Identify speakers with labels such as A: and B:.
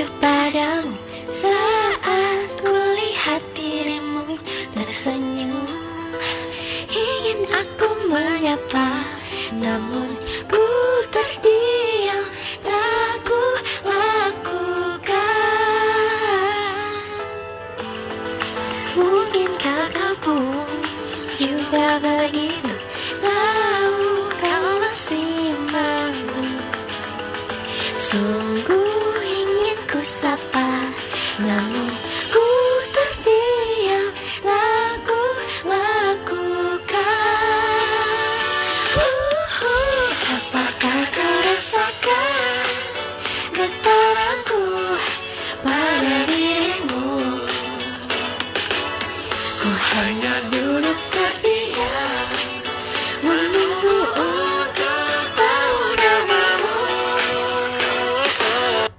A: padamu saat kulihat dirimu tersenyum. Ingin aku menyapa, namun ku terdiam, tak ku lakukan. Mungkinkah kau pun juga begitu, tahu kau masih malu. Sungguh ingin ku sapa, namun